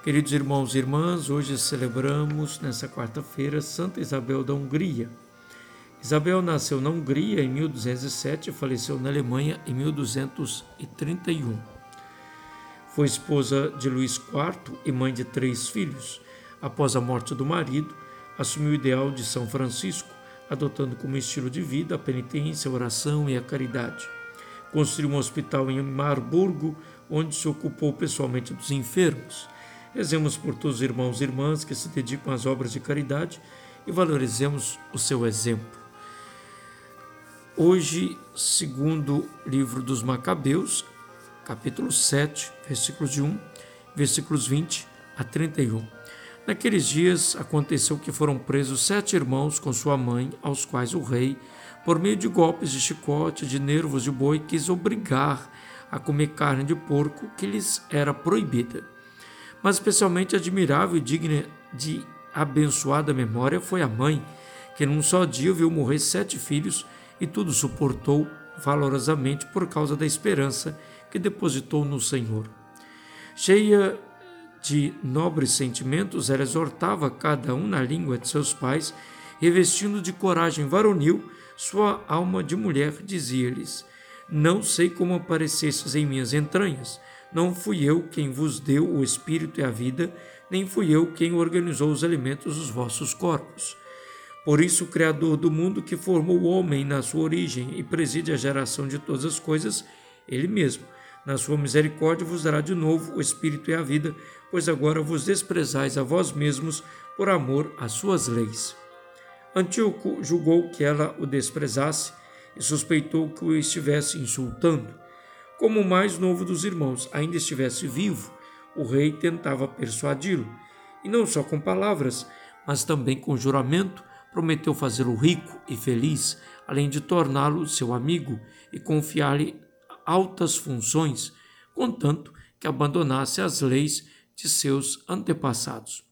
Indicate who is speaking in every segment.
Speaker 1: Queridos irmãos e irmãs, hoje celebramos, nessa quarta-feira, Santa Isabel da Hungria. Isabel nasceu na Hungria em 1207 e faleceu na Alemanha em 1231. Foi esposa de Luís IV e mãe de 3 filhos. Após a morte do marido, assumiu o ideal de São Francisco, adotando como estilo de vida a penitência, a oração e a caridade. Construiu um hospital em Marburgo, onde se ocupou pessoalmente dos enfermos. Rezemos por todos os irmãos e irmãs que se dedicam às obras de caridade e valorizemos o seu exemplo. Hoje, segundo livro dos Macabeus, capítulo 7, versículos de 1, versículos 20 a 31. Naqueles dias aconteceu que foram presos 7 irmãos com sua mãe, aos quais o rei, por meio de golpes de chicote, de nervos de boi, quis obrigar a comer carne de porco que lhes era proibida. Mas especialmente admirável e digna de abençoada memória foi a mãe, que num só dia viu morrer 7 filhos e tudo suportou valorosamente por causa da esperança que depositou no Senhor. Cheia de nobres sentimentos, ela exortava cada um na língua de seus pais, revestindo de coragem varonil sua alma de mulher, dizia-lhes: não sei como aparecestes em minhas entranhas. Não fui eu quem vos deu o espírito e a vida, nem fui eu quem organizou os alimentos dos vossos corpos. Por isso, o Criador do mundo, que formou o homem na sua origem e preside a geração de todas as coisas, Ele mesmo, na sua misericórdia, vos dará de novo o espírito e a vida, pois agora vos desprezais a vós mesmos por amor às suas leis. Antíoco julgou que ela o desprezasse e suspeitou que o estivesse insultando. Como o mais novo dos irmãos ainda estivesse vivo, o rei tentava persuadi-lo, e não só com palavras, mas também com juramento, prometeu fazê-lo rico e feliz, além de torná-lo seu amigo e confiar-lhe altas funções, contanto que abandonasse as leis de seus antepassados.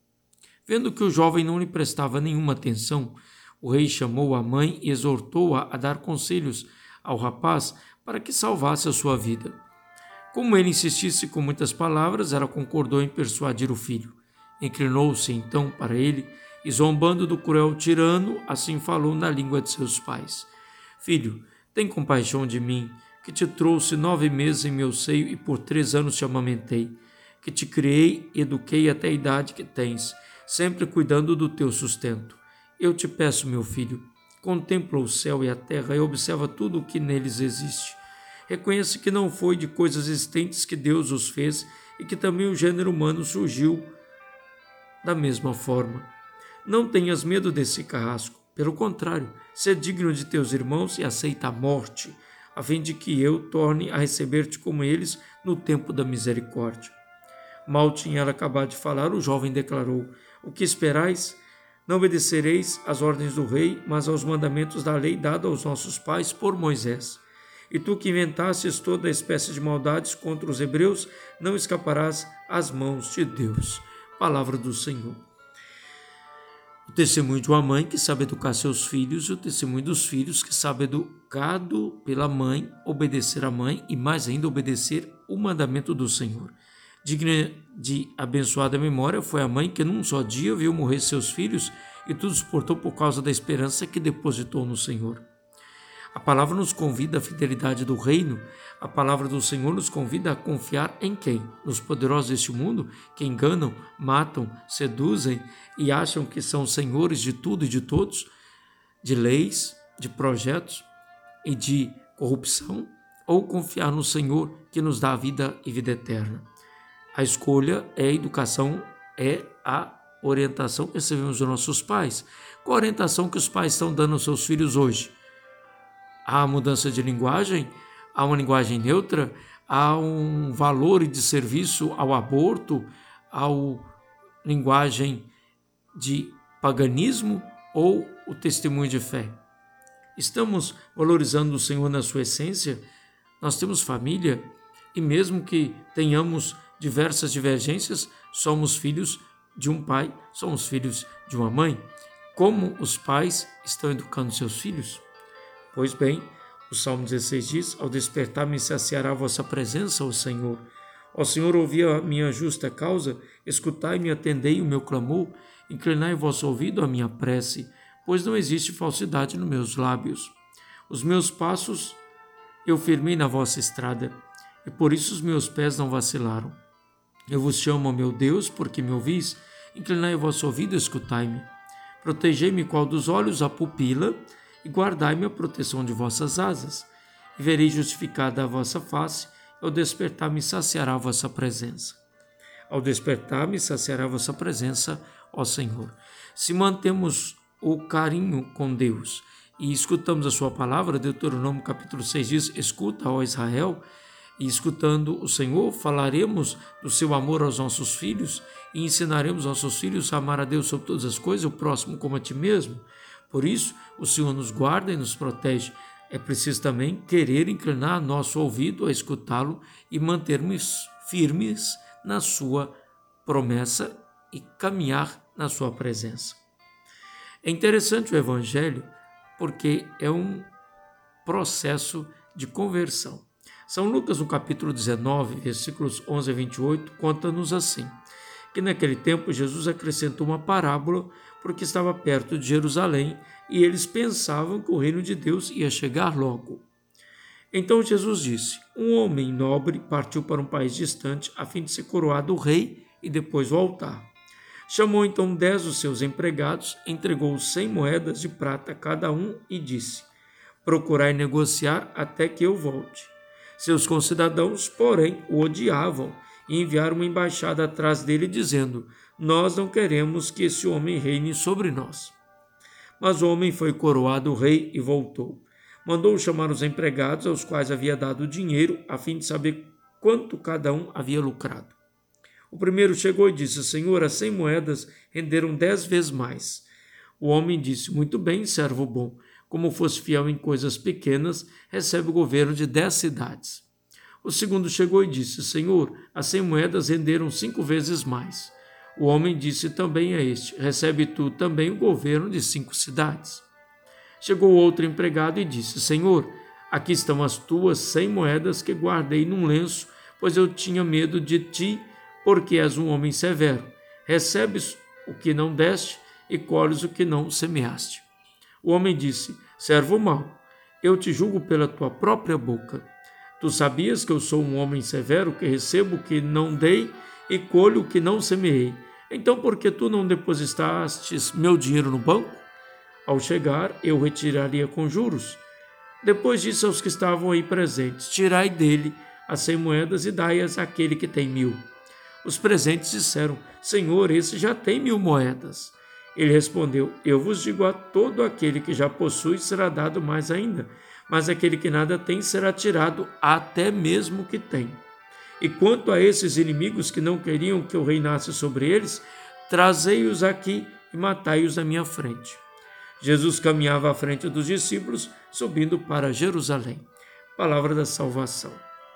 Speaker 1: Vendo que o jovem não lhe prestava nenhuma atenção, o rei chamou a mãe e exortou-a a dar conselhos ao rapaz para que salvasse a sua vida. Como ele insistisse com muitas palavras, ela concordou em persuadir o filho. Inclinou-se então para ele e, zombando do cruel tirano, assim falou na língua de seus pais: Filho, tem compaixão de mim, que te trouxe 9 meses em meu seio e por 3 anos te amamentei, que te criei e eduquei até a idade que tens, sempre cuidando do teu sustento. Eu te peço, meu filho, contempla o céu e a terra e observa tudo o que neles existe. Reconheça que não foi de coisas existentes que Deus os fez e que também o gênero humano surgiu da mesma forma. Não tenhas medo desse carrasco. Pelo contrário, sê digno de teus irmãos e aceita a morte, a fim de que eu torne a receber-te como eles no tempo da misericórdia. Mal tinha ela acabado de falar, o jovem declarou: O que esperais? Não obedecereis às ordens do rei, mas aos mandamentos da lei dada aos nossos pais por Moisés. E tu que inventastes toda espécie de maldades contra os hebreus, não escaparás às mãos de Deus. Palavra do Senhor. O testemunho de uma mãe que sabe educar seus filhos e o testemunho dos filhos que sabe educado pela mãe, obedecer à mãe e mais ainda obedecer o mandamento do Senhor. Digna de abençoada memória foi a mãe que num só dia viu morrer seus filhos e tudo suportou por causa da esperança que depositou no Senhor. A palavra nos convida à fidelidade do reino. A palavra do Senhor nos convida a confiar em quem? Nos poderosos deste mundo, que enganam, matam, seduzem e acham que são senhores de tudo e de todos, de leis, de projetos e de corrupção, ou confiar no Senhor que nos dá a vida e vida eterna. A escolha é a educação, é a orientação que recebemos dos nossos pais. Qual a orientação que os pais estão dando aos seus filhos hoje? Há mudança de linguagem? Há uma linguagem neutra? Há um valor de serviço ao aborto? Há linguagem de paganismo ou o testemunho de fé? Estamos valorizando o Senhor na sua essência? Nós temos família e mesmo que tenhamos diversas divergências, somos filhos de um pai, somos filhos de uma mãe. Como os pais estão educando seus filhos? Pois bem, o Salmo 16 diz: Ao despertar me saciará a vossa presença, ó Senhor. Ó Senhor, ouvi a minha justa causa, escutai-me e atendei o meu clamor, inclinai o vosso ouvido à minha prece, pois não existe falsidade nos meus lábios. Os meus passos eu firmei na vossa estrada, e por isso os meus pés não vacilaram. Eu vos chamo, meu Deus, porque me ouvis, inclinai o vosso ouvido e escutai-me. Protegei-me qual dos olhos a pupila, e guardai-me a proteção de vossas asas, e verei justificada a vossa face, e ao despertar me saciará a vossa presença. Ao despertar me saciará a vossa presença, ó Senhor. Se mantemos o carinho com Deus e escutamos a sua palavra, Deuteronômio capítulo 6 diz, escuta, ó Israel, e escutando o Senhor, falaremos do seu amor aos nossos filhos e ensinaremos aos nossos filhos a amar a Deus sobre todas as coisas, o próximo como a ti mesmo. Por isso, o Senhor nos guarda e nos protege. É preciso também querer inclinar nosso ouvido a escutá-lo e mantermos firmes na sua promessa e caminhar na sua presença. É interessante o Evangelho porque é um processo de conversão. São Lucas, no capítulo 19, versículos 11 a 28, conta-nos assim, que naquele tempo Jesus acrescentou uma parábola porque estava perto de Jerusalém e eles pensavam que o reino de Deus ia chegar logo. Então Jesus disse, um homem nobre partiu para um país distante a fim de ser coroado rei e depois voltar. Chamou então 10 dos seus empregados, entregou 100 moedas de prata a cada um e disse, procurai negociar até que eu volte. Seus concidadãos, porém, o odiavam e enviaram uma embaixada atrás dele dizendo, nós não queremos que esse homem reine sobre nós. Mas o homem foi coroado rei e voltou. Mandou chamar os empregados aos quais havia dado dinheiro a fim de saber quanto cada um havia lucrado. O primeiro chegou e disse, Senhor, as 100 moedas renderam 10 vezes mais. O homem disse, muito bem, servo bom, como fosse fiel em coisas pequenas, recebe o governo de 10 cidades. O segundo chegou e disse, Senhor, as 100 moedas renderam 5 vezes mais. O homem disse também a este, recebe tu também o governo de 5 cidades. Chegou outro empregado e disse, Senhor, aqui estão as tuas 100 moedas que guardei num lenço, pois eu tinha medo de ti, porque és um homem severo. Recebes o que não deste e colhes o que não semeaste. O homem disse, servo mau, eu te julgo pela tua própria boca. Tu sabias que eu sou um homem severo, que recebo o que não dei e colho o que não semeei. Então, por que tu não depositastes meu dinheiro no banco? Ao chegar, eu retiraria com juros. Depois disse aos que estavam aí presentes, tirai dele as 100 moedas e dai-as àquele que tem 1000. Os presentes disseram, Senhor, esse já tem 1000 moedas. Ele respondeu, eu vos digo a todo aquele que já possui será dado mais ainda, mas aquele que nada tem será tirado até mesmo o que tem. E quanto a esses inimigos que não queriam que eu reinasse sobre eles, trazei-os aqui e matai-os na minha frente. Jesus caminhava à frente dos discípulos, subindo para Jerusalém. Palavra da salvação.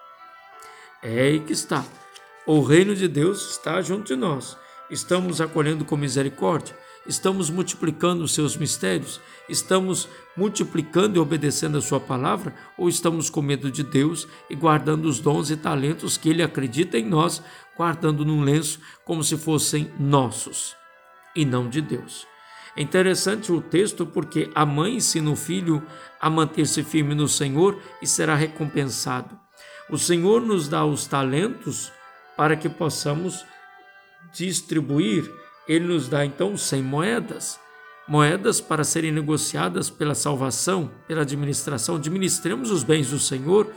Speaker 1: É aí que está. O reino de Deus está junto de nós. Estamos acolhendo com misericórdia. Estamos multiplicando os seus mistérios? Estamos multiplicando e obedecendo a sua palavra? Ou estamos com medo de Deus e guardando os dons e talentos que Ele acredita em nós, guardando num lenço como se fossem nossos e não de Deus? É interessante o texto porque a mãe ensina o filho a manter-se firme no Senhor e será recompensado. O Senhor nos dá os talentos para que possamos distribuir. Ele nos dá então 100 moedas, moedas para serem negociadas pela salvação, pela administração. Administremos os bens do Senhor.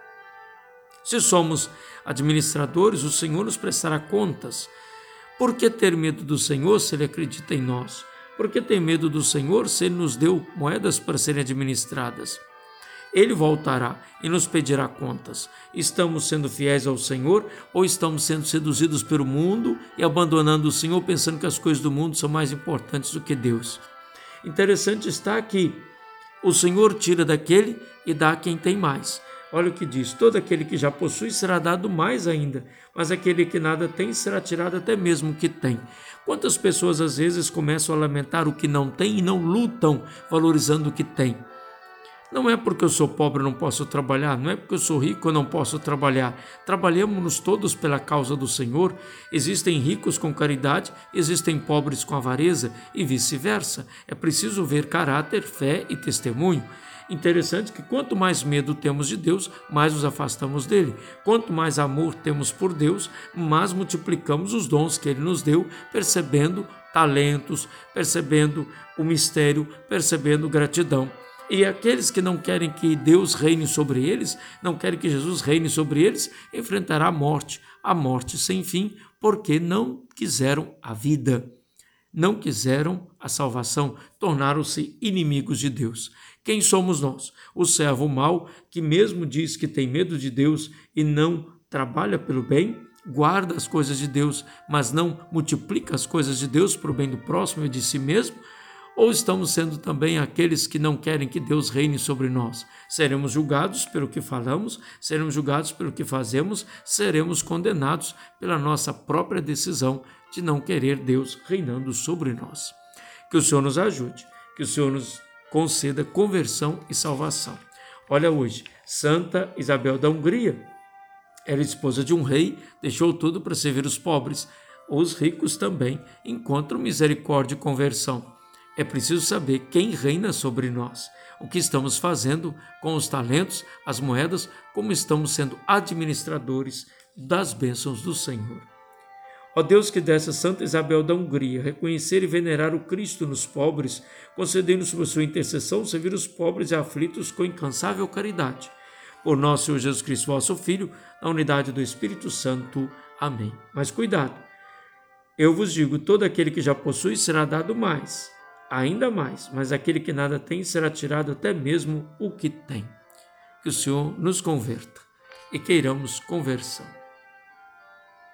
Speaker 1: Se somos administradores, o Senhor nos prestará contas. Por que ter medo do Senhor se Ele acredita em nós? Por que ter medo do Senhor se Ele nos deu moedas para serem administradas? Ele voltará e nos pedirá contas. Estamos sendo fiéis ao Senhor ou estamos sendo seduzidos pelo mundo e abandonando o Senhor, pensando que as coisas do mundo são mais importantes do que Deus? Interessante está que o Senhor tira daquele e dá a quem tem mais. Olha o que diz, todo aquele que já possui será dado mais ainda, mas aquele que nada tem será tirado até mesmo o que tem. Quantas pessoas às vezes começam a lamentar o que não tem e não lutam valorizando o que tem? Não é porque eu sou pobre eu não posso trabalhar, não é porque eu sou rico eu não posso trabalhar. Trabalhamos todos pela causa do Senhor. Existem ricos com caridade, existem pobres com avareza e vice-versa. É preciso ver caráter, fé e testemunho. Interessante que quanto mais medo temos de Deus, mais nos afastamos dele. Quanto mais amor temos por Deus, mais multiplicamos os dons que ele nos deu, percebendo talentos, percebendo o mistério, percebendo gratidão. E aqueles que não querem que Deus reine sobre eles, não querem que Jesus reine sobre eles, enfrentará a morte sem fim, porque não quiseram a vida. Não quiseram a salvação, tornaram-se inimigos de Deus. Quem somos nós? O servo mau, que mesmo diz que tem medo de Deus e não trabalha pelo bem, guarda as coisas de Deus, mas não multiplica as coisas de Deus para o bem do próximo e de si mesmo? Ou estamos sendo também aqueles que não querem que Deus reine sobre nós? Seremos julgados pelo que falamos, seremos julgados pelo que fazemos, seremos condenados pela nossa própria decisão de não querer Deus reinando sobre nós. Que o Senhor nos ajude, que o Senhor nos conceda conversão e salvação. Olha hoje, Santa Isabel da Hungria era esposa de um rei, deixou tudo para servir os pobres. Os ricos também encontram misericórdia e conversão. É preciso saber quem reina sobre nós, o que estamos fazendo com os talentos, as moedas, como estamos sendo administradores das bênçãos do Senhor. Ó Deus, que dessa Santa Isabel da Hungria reconhecer e venerar o Cristo nos pobres, concedendo-nos por sua intercessão servir os pobres e aflitos com incansável caridade. Por nosso Senhor Jesus Cristo, vosso Filho, na unidade do Espírito Santo. Amém. Mas cuidado, eu vos digo, todo aquele que já possui será dado mais, ainda mais, mas aquele que nada tem será tirado até mesmo o que tem. Que o Senhor nos converta e queiramos conversão.